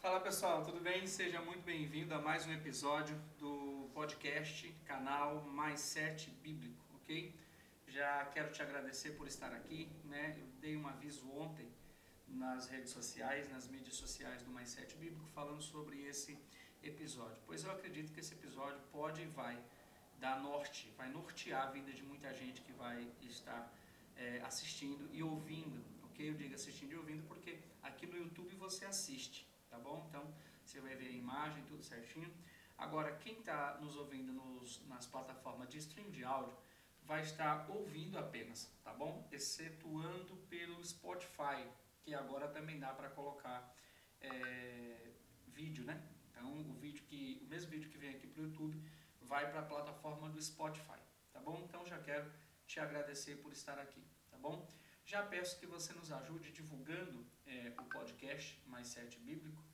Fala pessoal, tudo bem? Seja muito bem-vindo a mais um episódio do podcast, canal Mais 7 Bíblico, ok? Já quero te agradecer por estar aqui, né? Eu dei um aviso ontem nas redes sociais, nas mídias sociais do Mais 7 Bíblico, falando sobre esse episódio. Pois eu acredito que esse episódio pode e vai dar norte, vai nortear a vida de muita gente que vai estar assistindo e ouvindo, ok? Eu digo assistindo e ouvindo porque aqui no YouTube você assiste, tá bom? Então você vai ver a imagem, tudo certinho. Agora, quem está nos ouvindo nas plataformas de stream de áudio vai estar ouvindo apenas, tá bom? Excetuando pelo Spotify, que agora também dá para colocar vídeo, né? Então o mesmo vídeo que vem aqui para o YouTube vai para a plataforma do Spotify, tá bom? Então já quero te agradecer por estar aqui, tá bom? Já peço que você nos ajude divulgando o podcast Mais 7 Bíblico.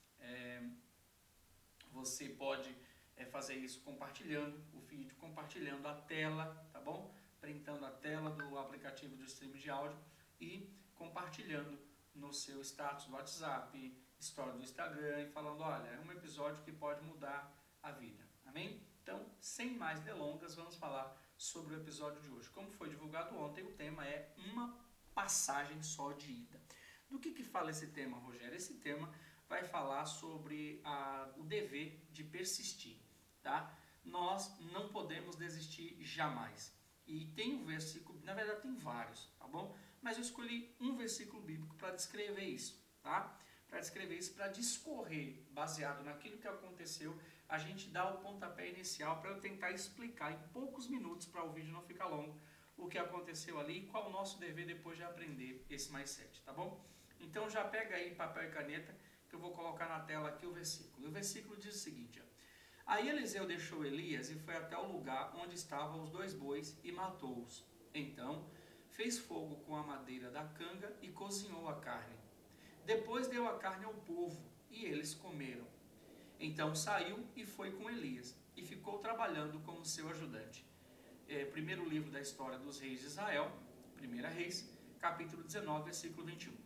Você pode fazer isso compartilhando o vídeo, compartilhando a tela, tá bom? Printando a tela do aplicativo de streaming de áudio e compartilhando no seu status do WhatsApp, story do Instagram e falando, olha, é um episódio que pode mudar a vida, amém? Então, sem mais delongas, vamos falar sobre o episódio de hoje. Como foi divulgado ontem, o tema é uma passagem só de ida. Do que fala esse tema, Rogério? Esse tema vai falar sobre o dever de persistir, tá? Nós não podemos desistir jamais. E tem um versículo, na verdade tem vários, tá bom? Mas eu escolhi um versículo bíblico para descrever isso, tá? Para descrever isso, para discorrer, baseado naquilo que aconteceu, a gente dá o pontapé inicial para eu tentar explicar em poucos minutos, para o vídeo não ficar longo, o que aconteceu ali e qual o nosso dever depois de aprender esse mais 7, tá bom? Então já pega aí papel e caneta, que eu vou colocar na tela aqui o versículo. O versículo diz o seguinte, ó. Aí Eliseu deixou Elias e foi até o lugar onde estavam os 2 bois e matou-os. Então fez fogo com a madeira da canga e cozinhou a carne. Depois deu a carne ao povo e eles comeram. Então saiu e foi com Elias e ficou trabalhando como seu ajudante. Primeiro livro da história dos reis de Israel, 1 Reis, capítulo 19, versículo 21.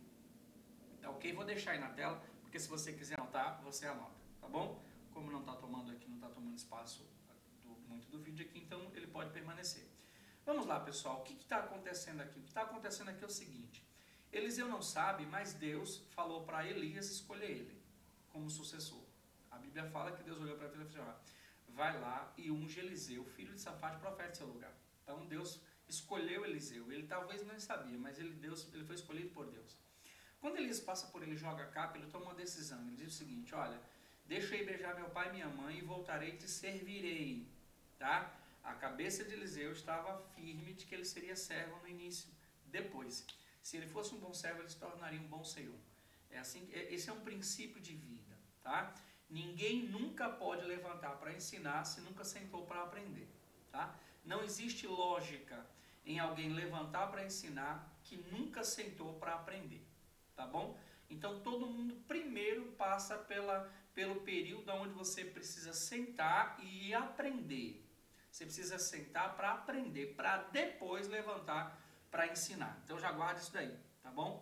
Tá ok? Vou deixar aí na tela, porque se você quiser anotar, você anota, tá bom? Como não está tomando aqui, não está tomando espaço muito do vídeo aqui, então ele pode permanecer. Vamos lá, pessoal, o que está acontecendo aqui? O que está acontecendo aqui é o seguinte, Eliseu não sabe, mas Deus falou para Elias escolher ele como sucessor. A Bíblia fala que Deus olhou para ele e falou, vai lá e unge Eliseu, filho de Safate, profeta em seu lugar. Então Deus escolheu Eliseu, ele talvez não sabia, mas ele foi escolhido por Deus. Quando Elias passa por ele e joga a capa, ele toma uma decisão, ele diz o seguinte, olha, deixa eu ir beijar meu pai e minha mãe e voltarei e te servirei, tá? A cabeça de Eliseu estava firme de que ele seria servo no início, depois. Se ele fosse um bom servo, ele se tornaria um bom senhor. Esse é um princípio de vida, tá? Ninguém nunca pode levantar para ensinar se nunca sentou para aprender, tá? Não existe lógica em alguém levantar para ensinar que nunca sentou para aprender, tá bom? Então todo mundo primeiro passa pelo período onde você precisa sentar e aprender. Você precisa sentar para aprender, para depois levantar para ensinar. Então já guarda isso daí, tá bom?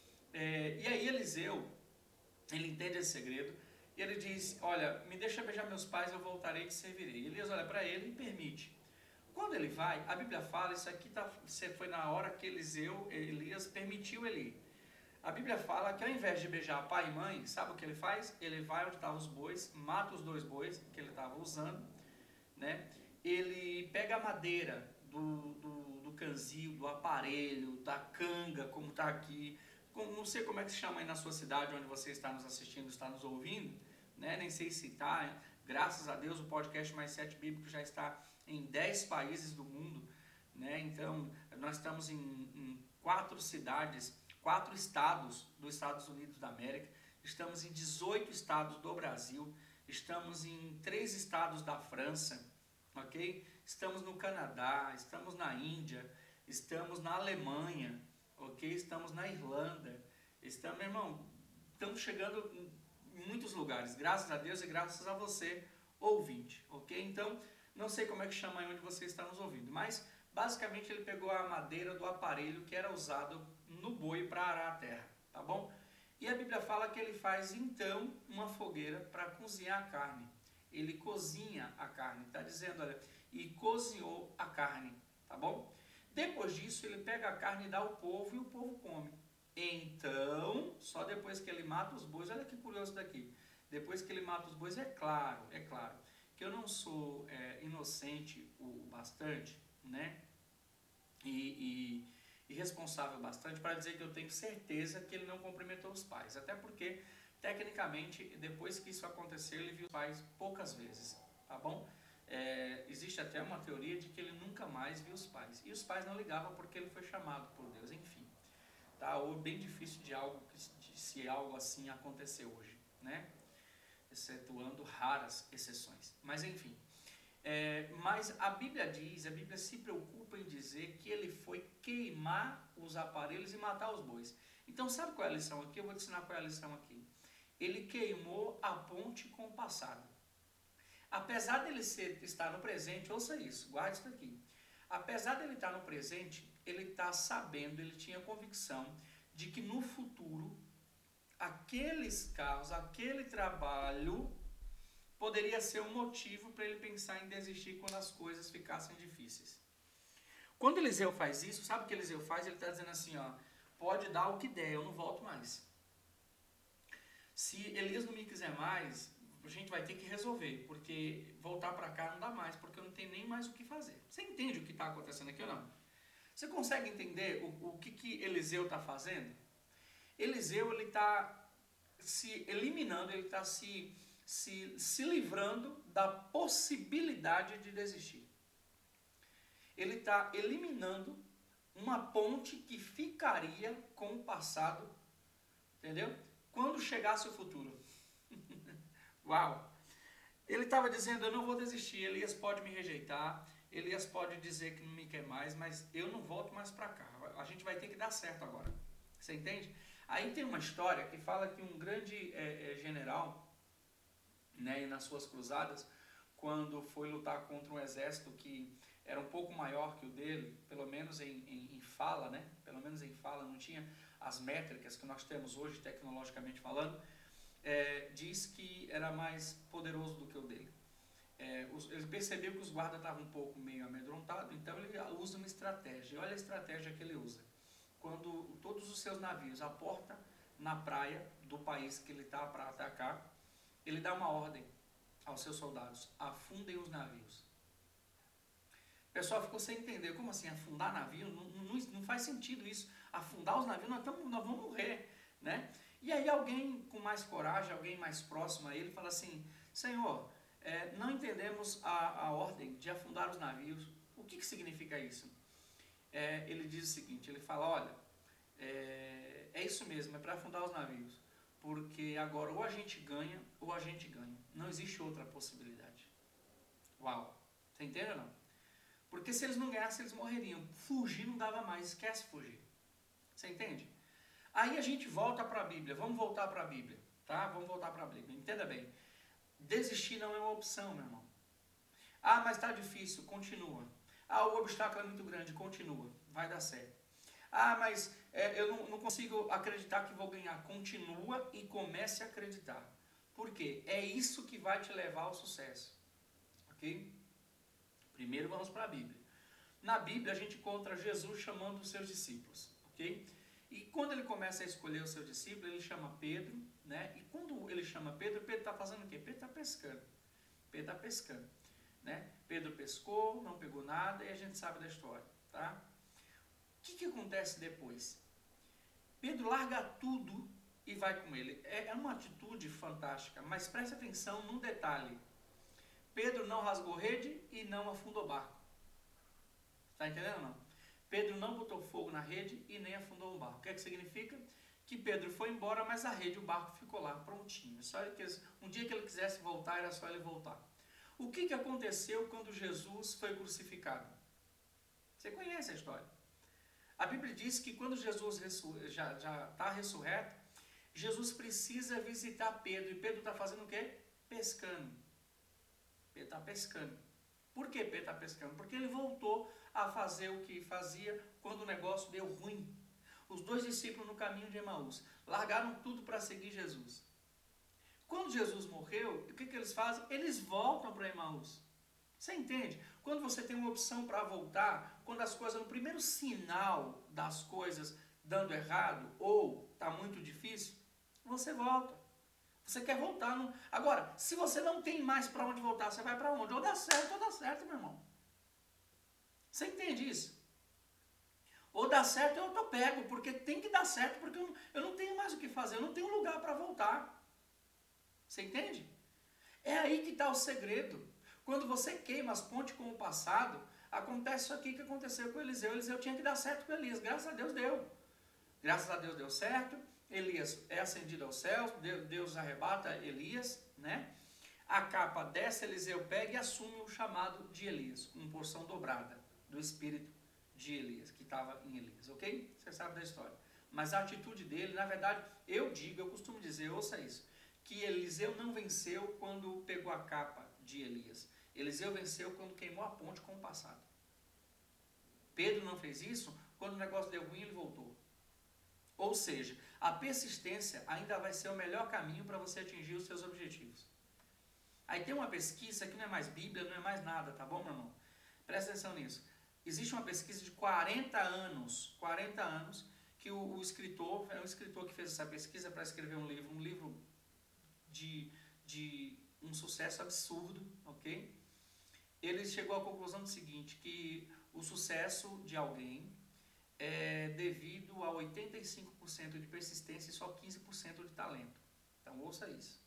E aí Eliseu, ele entende esse segredo e ele diz, olha, me deixa beijar meus pais, eu voltarei e te servirei. Elias olha para ele e permite. Quando ele vai, a Bíblia fala, isso aqui foi na hora que Elias permitiu ele ir. A Bíblia fala que ao invés de beijar pai e mãe, sabe o que ele faz? Ele vai onde estavam os bois, mata os 2 bois que ele estava usando, né? Ele pega a madeira do canzil, do aparelho, da canga, como está aqui, não sei como é que se chama aí na sua cidade, onde você está nos assistindo, está nos ouvindo, né? Nem sei se está, graças a Deus o podcast Mais 7 Bíblico já está em 10 países do mundo, né? Então nós estamos em 4 cidades, 4 estados dos Estados Unidos da América, estamos em 18 estados do Brasil, estamos em 3 estados da França, ok? Estamos no Canadá, estamos na Índia, estamos na Alemanha, ok? Estamos na Irlanda, meu irmão, estamos chegando em muitos lugares, graças a Deus e graças a você, ouvinte, ok? Então, não sei como é que chama aí onde você está nos ouvindo, mas basicamente ele pegou a madeira do aparelho que era usado no boi para arar a terra, tá bom? E a Bíblia fala que ele faz então uma fogueira para cozinhar a carne. Ele cozinha a carne, está dizendo, olha, e cozinhou a carne, tá bom? Depois disso, ele pega a carne e dá ao povo e o povo come. Então, só depois que ele mata os bois, olha que curioso daqui. Depois que ele mata os bois, é claro, que eu não sou inocente o bastante, né? E responsável bastante para dizer que eu tenho certeza que ele não cumprimentou os pais. Até porque, tecnicamente, depois que isso aconteceu, ele viu os pais poucas vezes, tá bom? Existe até uma teoria de que ele nunca mais viu os pais. E os pais não ligavam porque ele foi chamado por Deus, enfim. Tá? Ou bem difícil se algo assim acontecer hoje, né? Excetuando raras exceções. Mas enfim. Mas a Bíblia se preocupa em dizer que ele foi queimar os aparelhos e matar os bois. Então sabe qual é a lição aqui? Eu vou te ensinar qual é a lição aqui. Ele queimou a ponte com o passado. Apesar dele estar no presente, ouça isso, guarde isso aqui. Apesar dele estar no presente, ele está sabendo, ele tinha convicção de que no futuro, aqueles carros, aquele trabalho poderia ser um motivo para ele pensar em desistir quando as coisas ficassem difíceis. Quando Eliseu faz isso, sabe o que Eliseu faz? Ele está dizendo assim, ó, pode dar o que der, eu não volto mais. Se Elias não me quiser mais, a gente vai ter que resolver, porque voltar para cá não dá mais, porque eu não tenho nem mais o que fazer. Você entende o que está acontecendo aqui ou não? Você consegue entender o que Eliseu está fazendo? Eliseu, ele está se eliminando, ele está se livrando da possibilidade de desistir. Ele está eliminando uma ponte que ficaria com o passado, entendeu? Quando chegasse o futuro. Uau! Ele estava dizendo, eu não vou desistir, Elias pode me rejeitar, Elias pode dizer que não me quer mais, mas eu não volto mais para cá. A gente vai ter que dar certo agora. Você entende? Aí tem uma história que fala que um grande general, né, nas suas cruzadas, quando foi lutar contra um exército que era um pouco maior que o dele, pelo menos em fala, né? Pelo menos em fala, não tinha as métricas que nós temos hoje, tecnologicamente falando, diz que era mais poderoso do que o dele. Ele percebeu que os guardas estavam um pouco meio amedrontados, então ele usa uma estratégia. Olha a estratégia que ele usa. Quando todos os seus navios aportam na praia do país que ele está para atacar, ele dá uma ordem aos seus soldados, afundem os navios. O pessoal ficou sem entender, como assim, afundar navio? Não faz sentido isso, afundar os navios, nós vamos morrer, né? E aí alguém com mais coragem, alguém mais próximo a ele, fala assim, Senhor, não entendemos a ordem de afundar os navios, o que significa isso? Ele diz o seguinte, ele fala, olha, é isso mesmo, é para afundar os navios, porque agora ou a gente ganha ou a gente ganha, não existe outra possibilidade. Uau, você entende ou não? Porque se eles não ganhassem, eles morreriam, fugir não dava mais, esquece fugir, você entende? Aí a gente volta para a Bíblia, vamos voltar para a Bíblia, tá? Vamos voltar para a Bíblia, entenda bem, desistir não é uma opção, meu irmão. Ah, mas está difícil, continua. Ah, o obstáculo é muito grande, continua, vai dar certo. Ah, mas eu não consigo acreditar que vou ganhar. Continua e comece a acreditar. Por quê? É isso que vai te levar ao sucesso. Ok? Primeiro vamos para a Bíblia. Na Bíblia a gente encontra Jesus chamando os seus discípulos. Ok? E quando ele começa a escolher os seus discípulos, ele chama Pedro, né? E quando ele chama Pedro, Pedro está fazendo o quê? Pedro está pescando. Pedro está pescando. Né? Pedro pescou, não pegou nada e a gente sabe da história. Tá? O que acontece depois? Pedro larga tudo e vai com ele. É uma atitude fantástica, mas preste atenção num detalhe. Pedro não rasgou rede e não afundou o barco. Está entendendo ou não? Pedro não botou fogo na rede e nem afundou o barco. O que é que significa? Que Pedro foi embora, mas a rede e o barco ficou lá, prontinho. Um dia que ele quisesse voltar, era só ele voltar. O que aconteceu quando Jesus foi crucificado? Você conhece a história. A Bíblia diz que quando Jesus já está ressurreto, Jesus precisa visitar Pedro. E Pedro está fazendo o quê? Pescando. Pedro está pescando. Por que Pedro está pescando? Porque ele voltou a fazer o que fazia quando o negócio deu ruim. Os 2 discípulos no caminho de Emaús largaram tudo para seguir Jesus. Quando Jesus morreu, o que eles fazem? Eles voltam para Emaús. Você entende? Quando você tem uma opção para voltar, quando as coisas, no primeiro sinal das coisas dando errado, ou está muito difícil, você volta. Você quer voltar. Não... Agora, se você não tem mais para onde voltar, você vai para onde? Ou dá certo, meu irmão. Você entende isso? Ou dá certo, eu tô pego, porque tem que dar certo, porque eu não tenho mais o que fazer, eu não tenho lugar para voltar. Você entende? É aí que está o segredo. Quando você queima as pontes com o passado, acontece isso aqui que aconteceu com Eliseu. Eliseu tinha que dar certo com Elias, graças a Deus deu. Graças a Deus deu certo, Elias é ascendido aos céus, Deus arrebata Elias, né? A capa desce, Eliseu pega e assume o chamado de Elias, uma porção dobrada do espírito de Elias, que estava em Elias, ok? Você sabe da história. Mas a atitude dele, na verdade, eu costumo dizer, ouça isso, que Eliseu não venceu quando pegou a capa de Elias. Eliseu venceu quando queimou a ponte com o passado. Pedro não fez isso, quando o negócio deu ruim, ele voltou. Ou seja, a persistência ainda vai ser o melhor caminho para você atingir os seus objetivos. Aí tem uma pesquisa que não é mais Bíblia, não é mais nada, tá bom, meu irmão? Presta atenção nisso. Existe uma pesquisa de 40 anos, que o escritor, é um escritor que fez essa pesquisa para escrever um livro de um sucesso absurdo, ok? Ele chegou à conclusão do seguinte, que o sucesso de alguém é devido a 85% de persistência e só 15% de talento. Então ouça isso.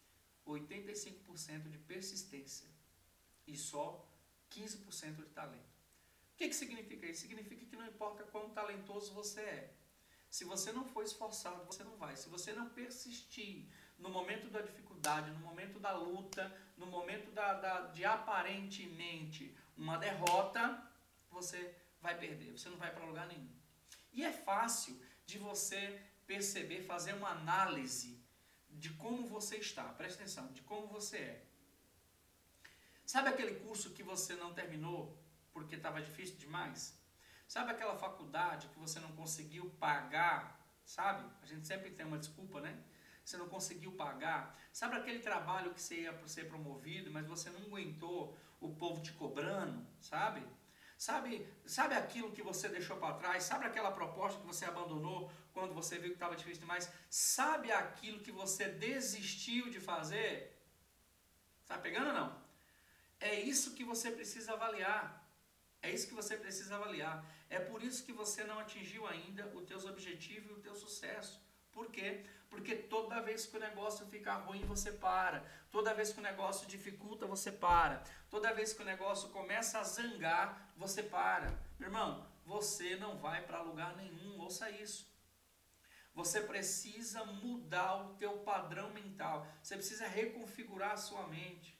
85% de persistência e só 15% de talento. O que significa isso? Significa que não importa quão talentoso você é. Se você não for esforçado, você não vai. Se você não persistir no momento da dificuldade, no momento da luta, no momento de aparentemente uma derrota, você vai perder. Você não vai para lugar nenhum. E é fácil de você perceber, fazer uma análise de como você está. Presta atenção, de como você é. Sabe aquele curso que você não terminou porque estava difícil demais? Sabe aquela faculdade que você não conseguiu pagar? Sabe? A gente sempre tem uma desculpa, né? Você não conseguiu pagar. Sabe aquele trabalho que você ia ser promovido, mas você não aguentou o povo te cobrando? Sabe? Sabe aquilo que você deixou para trás? Sabe aquela proposta que você abandonou quando você viu que estava difícil demais? Sabe aquilo que você desistiu de fazer? Está pegando ou não? É isso que você precisa avaliar. É isso que você precisa avaliar. É por isso que você não atingiu ainda os teus objetivos e o teu sucesso. Por quê? Porque toda vez que o negócio fica ruim, você para. Toda vez que o negócio dificulta, você para. Toda vez que o negócio começa a zangar, você para. Meu irmão, você não vai para lugar nenhum, ouça isso. Você precisa mudar o teu padrão mental. Você precisa reconfigurar a sua mente.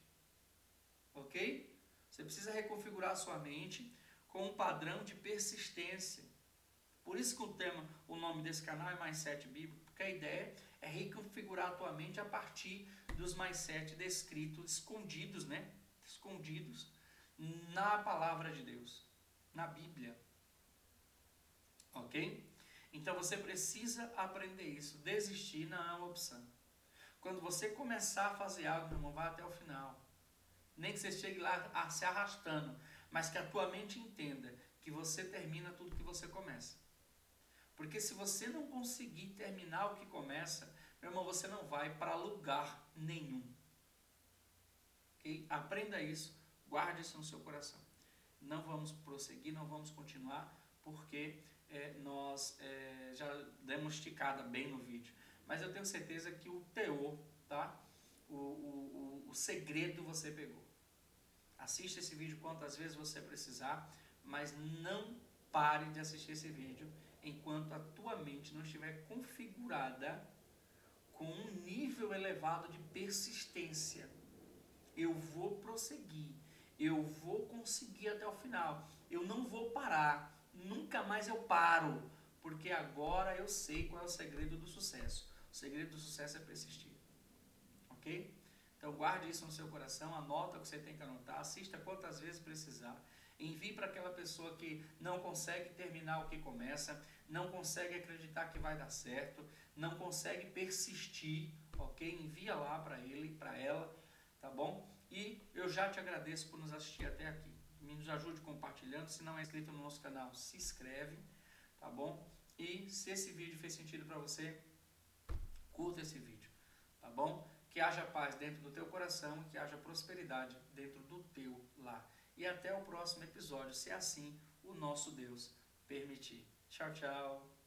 Ok? Você precisa reconfigurar a sua mente com um padrão de persistência. Por isso que o nome desse canal é Mindset Bíblico, porque a ideia é reconfigurar a tua mente a partir dos mindset descritos, escondidos, né? Escondidos na palavra de Deus, na Bíblia. Ok? Então você precisa aprender isso. Desistir não é uma opção. Quando você começar a fazer algo, meu irmão, vá até o final. Nem que você chegue lá se arrastando, mas que a tua mente entenda que você termina tudo que você começa. Porque se você não conseguir terminar o que começa, meu irmão, você não vai para lugar nenhum. Okay? Aprenda isso, guarde isso no seu coração. Não vamos prosseguir, não vamos continuar, porque nós já demos esticada bem no vídeo. Mas eu tenho certeza que o teor, tá? O segredo você pegou. Assista esse vídeo quantas vezes você precisar, mas não pare de assistir esse vídeo enquanto a tua mente não estiver configurada com um nível elevado de persistência. Eu vou prosseguir, eu vou conseguir até o final, eu não vou parar, nunca mais eu paro, porque agora eu sei qual é o segredo do sucesso. O segredo do sucesso é persistir. Ok? Então guarde isso no seu coração, anota o que você tem que anotar, assista quantas vezes precisar, envie para aquela pessoa que não consegue terminar o que começa, não consegue acreditar que vai dar certo, não consegue persistir, ok? Envia lá para ele, para ela, tá bom? E eu já te agradeço por nos assistir até aqui. Nos ajude compartilhando. Se não é inscrito no nosso canal, se inscreve, tá bom? E se esse vídeo fez sentido para você, curta esse vídeo, tá bom? Que haja paz dentro do teu coração, que haja prosperidade dentro do teu lar. E até o próximo episódio, se assim o nosso Deus permitir. Tchau, tchau.